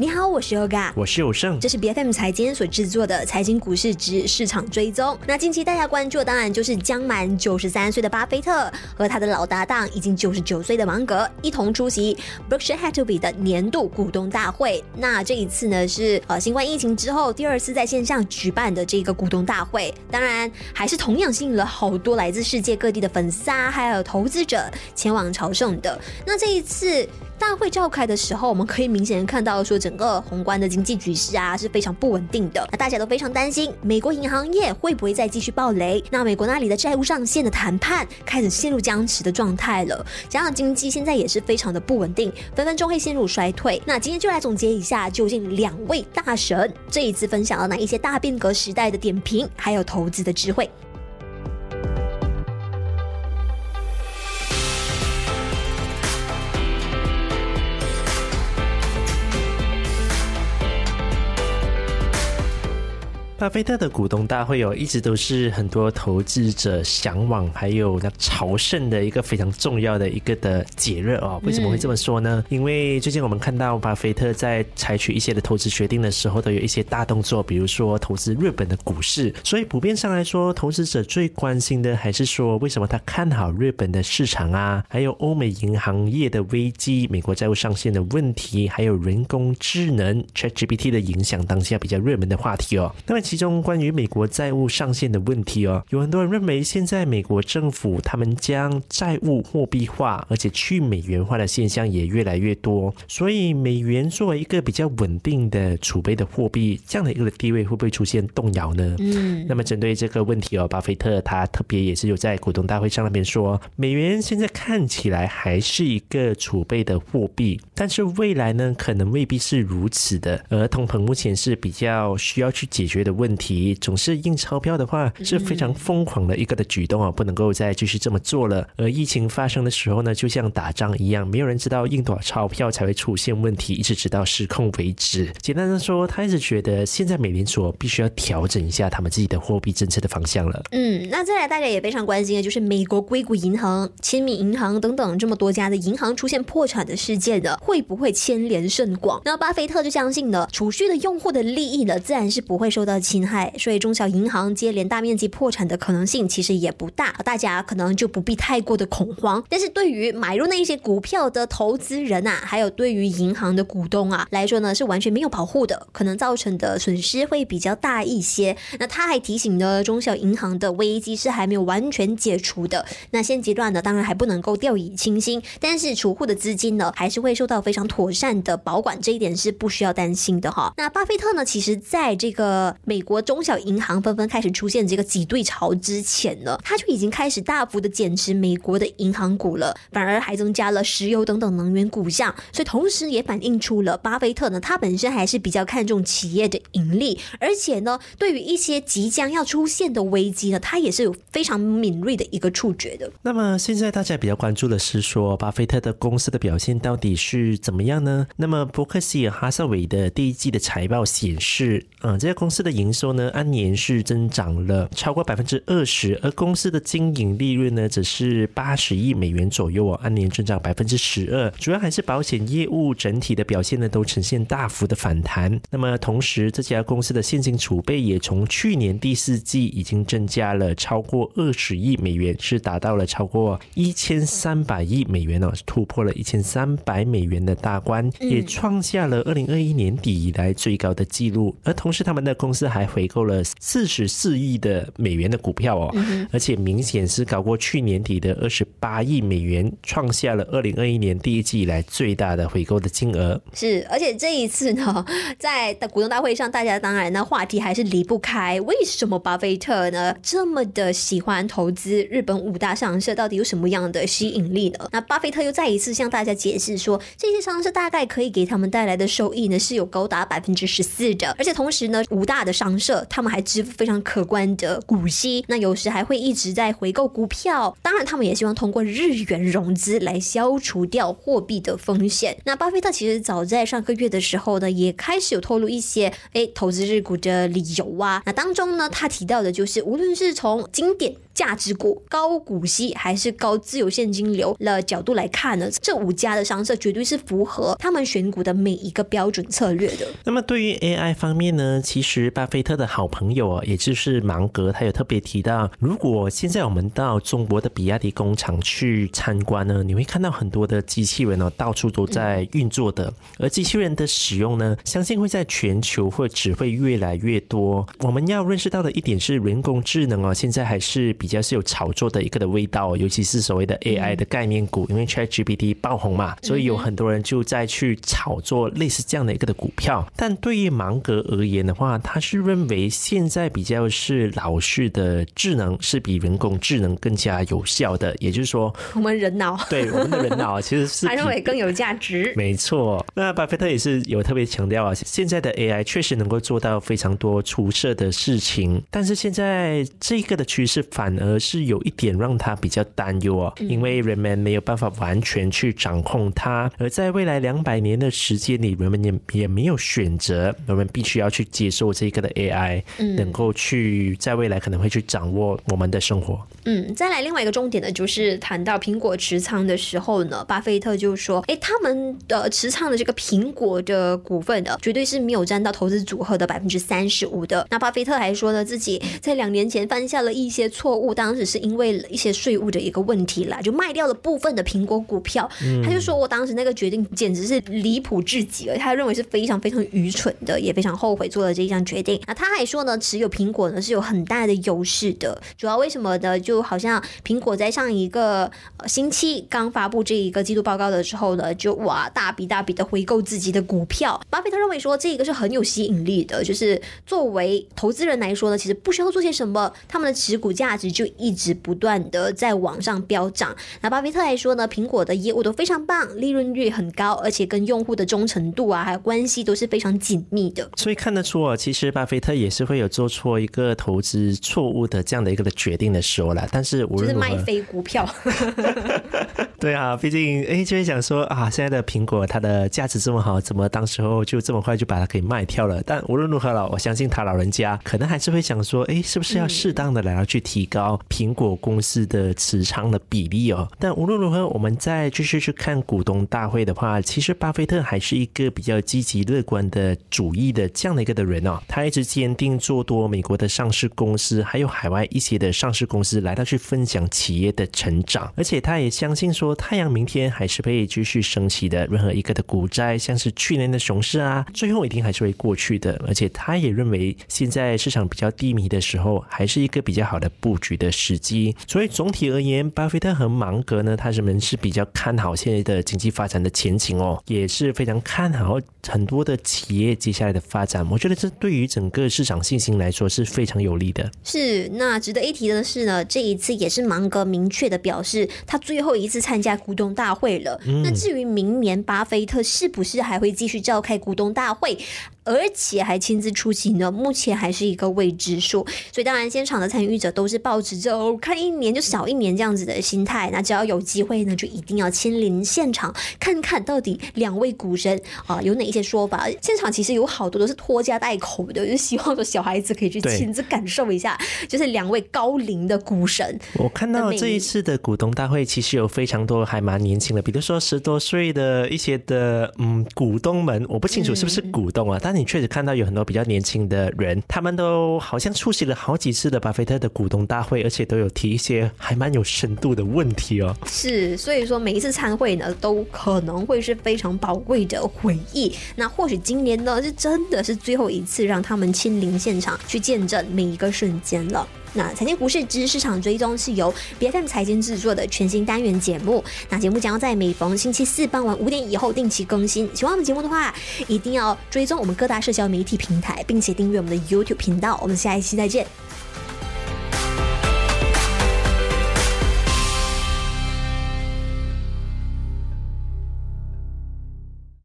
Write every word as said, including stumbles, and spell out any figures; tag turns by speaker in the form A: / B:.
A: 你好，我是 Yoga，
B: 我是有胜，
A: 这是 B F M 财经所制作的财经股市之市场追踪。那近期大家关注的当然就是将满九十三岁的巴菲特和他的老搭档已经九十九岁的芒格一同出席 Berkshire Hathaway 的年度股东大会。那这一次呢是呃新冠疫情之后第二次在线上举办的这个股东大会，当然还是同样吸引了好多来自世界各地的粉丝啊，还有投资者前往朝圣的。那这一次大会召开的时候，我们可以明显看到说整个宏观的经济局势啊是非常不稳定的，那大家都非常担心美国银行业会不会再继续暴雷，那美国那里的债务上限的谈判开始陷入僵持的状态了，加上经济现在也是非常的不稳定，分分钟会陷入衰退。那今天就来总结一下究竟两位大神这一次分享了哪一些大变革时代的点评还有投资的智慧。
B: 巴菲特的股东大会哦，一直都是很多投资者向往还有那朝圣的一个非常重要的一个的节日哦。为什么会这么说呢？嗯、因为最近我们看到巴菲特在采取一些的投资决定的时候，都有一些大动作，比如说投资日本的股市。所以普遍上来说，投资者最关心的还是说，为什么他看好日本的市场啊，还有欧美银行业的危机、美国债务上限的问题，还有人工智能 ChatGPT 的影响，当下比较热门的话题哦。那么其中关于美国债务上限的问题哦，有很多人认为现在美国政府他们将债务货币化，而且去美元化的现象也越来越多，所以美元作为一个比较稳定的储备的货币，这样的一个地位会不会出现动摇呢？嗯，那么针对这个问题哦，巴菲特他特别也是有在股东大会上那边说，美元现在看起来还是一个储备的货币，但是未来呢可能未必是如此的，而通膨目前是比较需要去解决的问题，总是印钞票的话是非常疯狂的一个的举动、哦、不能够再继续这么做了。而疫情发生的时候呢，就像打仗一样，没有人知道印多少钞票才会出现问题，一直直到失控为止。简单的说，他一直觉得现在美联储必须要调整一下他们自己的货币政策的方向了。
A: 嗯，那再来大家也非常关心的就是美国硅谷银行、亲民银行等等这么多家的银行出现破产的事件的，会不会牵连甚广？那巴菲特就相信呢，储蓄的用户的利益呢，自然是不会受到侵害，所以中小银行接连大面积破产的可能性其实也不大，大家可能就不必太过的恐慌。但是对于买入那一些股票的投资人啊，还有对于银行的股东啊来说呢，是完全没有保护的，可能造成的损失会比较大一些。那他还提醒呢，中小银行的危机是还没有完全解除的，那现阶段呢，当然还不能够掉以轻心，但是储户的资金呢，还是会受到非常妥善的保管，这一点是不需要担心的哈。那巴菲特呢，其实在这个美国中小银行纷纷开始出现这个挤兑潮之前呢，他就已经开始大幅的减持美国的银行股了，反而还增加了石油等等能源股项，所以同时也反映出了巴菲特呢，他本身还是比较看重企业的盈利，而且呢，对于一些即将要出现的危机呢，他也是有非常敏锐的一个触觉的。
B: 那么现在大家比较关注的是说，巴菲特的公司的表现到底是怎么样呢？那么伯克希尔哈撒韦的第一季的财报显示，嗯，这家公司的营收呢，按年是增长了超过 百分之二十， 而公司的经营利润呢，则是八十亿美元左右哦，按年增长 百分之十二， 主要还是保险业务整体的表现呢，都呈现大幅的反弹。那么同时，这家公司的现金储备也从去年第四季已经增加了超过二十亿美元，是达到了超过一千三百亿美元哦，突破了一千三百美元的大关，也创下了二零二一年底以来最高的纪录。而同时他们的公司还回购了四十四亿的美元的股票哦，嗯、而且明显是高过去年底的二十八亿美元，创下了二零二一年第一季以来最大的回购的金额。
A: 是，而且这一次呢，在股东大会上，大家当然呢话题还是离不开为什么巴菲特呢这么的喜欢投资日本五大商社，到底有什么样的吸引力呢？那巴菲特又再一次向大家解释说，这些商社大概可以给他们带来的收益呢是有高达 百分之十四 的，而且同时呢，五大的商社他们还支付非常可观的股息，那有时还会一直在回购股票，当然他们也希望通过日元融资来消除掉货币的风险。那巴菲特其实早在上个月的时候呢，也开始有透露一些诶投资日股的理由啊，那当中呢他提到的就是无论是从经典价值股、高股息还是高自由现金流的角度来看呢，这五家的商社绝对是符合他们选股的每一个标准策略的。
B: 那么对于 A I 方面呢，其实巴菲特的好朋友也就是芒格，他有特别提到，如果现在我们到中国的比亚迪工厂去参观呢，你会看到很多的机器人哦，到处都在运作的，而机器人的使用呢，相信会在全球会只会越来越多。我们要认识到的一点是，人工智能哦，现在还是比较是有炒作的一个的味道，尤其是所谓的 A I 的概念股，因为 ChatGPT 爆红嘛，所以有很多人就在去炒作类似这样的一个的股票。但对于芒格而言的话，他是认为现在比较是老式的智能是比人工智能更加有效的，也就是说
A: 我们人脑，
B: 对，我们的人脑其实是
A: 他认为更有价值。
B: 没错，那巴菲特也是有特别强调啊，现在的 A I 确实能够做到非常多出色的事情，但是现在这个的趋势反而是有一点让他比较担忧哦，因为人们没有办法完全去掌控它，而在未来两百年的时间里，人们也也没有选择，人们必须要去接受这个的 A I，嗯，能够去在未来可能会去掌握我们的生活。
A: 嗯，再来另外一个重点呢，就是谈到苹果持仓的时候呢，巴菲特就说，哎，他们的持仓的这个苹果的股份的，绝对是没有占到投资组合的百分之三十五的。那巴菲特还说呢，自己在两年前犯下了一些错误，当时是因为一些税务的一个问题啦，就卖掉了部分的苹果股票。嗯、他就说我当时那个决定简直是离谱至极了，他认为是非常非常愚蠢的，也非常后悔做了这一项决定。那他还说呢，持有苹果呢是有很大的优势的，主要为什么呢？就好像苹果在上一个、呃、星期刚发布这一个季度报告的时候呢，就哇大笔大笔的回购自己的股票。巴菲特认为说这个是很有吸引力的，就是作为投资人来说呢，其实不需要做些什么，他们的持股价值就一直不断的在往上飙涨。那巴菲特来说呢，苹果的业务都非常棒，利润率很高，而且跟用户的忠诚度啊还有关系都是非常紧密的。
B: 所以看得出啊，其实巴菲特也是会有做错一个投资错误的这样的一个的决定的时候啦，但是无论如何
A: 就是卖飞股票
B: 对啊，毕竟哎，就会想说啊，现在的苹果它的价值这么好，怎么当时候就这么快就把它给卖掉了？但无论如何了，我相信他老人家可能还是会想说，哎，是不是要适当的来要去提高苹果公司的持仓的比例哦？但无论如何，我们再继续去看股东大会的话，其实巴菲特还是一个比较积极乐观的主义的这样的一个的人哦，他一直坚定做多美国的上市公司，还有海外一些的上市公司来到去分享企业的成长，而且他也相信说太阳明天还是会继续升起的，任何一个的股灾，像是去年的熊市啊，最后一定还是会过去的，而且他也认为现在市场比较低迷的时候，还是一个比较好的布局的时机。所以总体而言，巴菲特和芒格呢，他们是比较看好现在的经济发展的前景哦，也是非常看好很多的企业接下来的发展。我觉得这对于整个市场信心来说是非常有利的。
A: 是，那值得一提的是呢，这一次也是芒格明确的表示，他最后一次参加股东大会了。嗯、那至于明年巴菲特是不是还会继续召开股东大会，而且还亲自出席呢，目前还是一个未知数。所以当然现场的参与者都是抱持着、哦、看一年就少一年这样子的心态，那只要有机会呢，就一定要亲临现场看看到底两位股神啊、呃、有哪一些说法。现场其实有好多都是拖家带口的，就希望说小孩子可以去亲自感受一下，就是两位高龄的股神。
B: 我看到这一次的股东大会其实有非常多还蛮年轻的，比如说十多岁的一些的嗯股东们，我不清楚是不是股东啊、嗯、但你确实看到有很多比较年轻的人，他们都好像出席了好几次的巴菲特的股东大会，而且都有提一些还蛮有深度的问题哦。
A: 是，所以说每一次参会呢都可能会是非常宝贵的回忆。那或许今年呢是真的是最后一次让他们亲临现场去见证每一个瞬间了。那财经股市之市场追踪是由 B F M 财经制作的全新单元节目，那节目将在每逢星期四傍晚五点以后定期更新。喜欢我们节目的话，一定要追踪我们各大社交媒体平台，并且订阅我们的 YouTube 频道。我们下一期再见。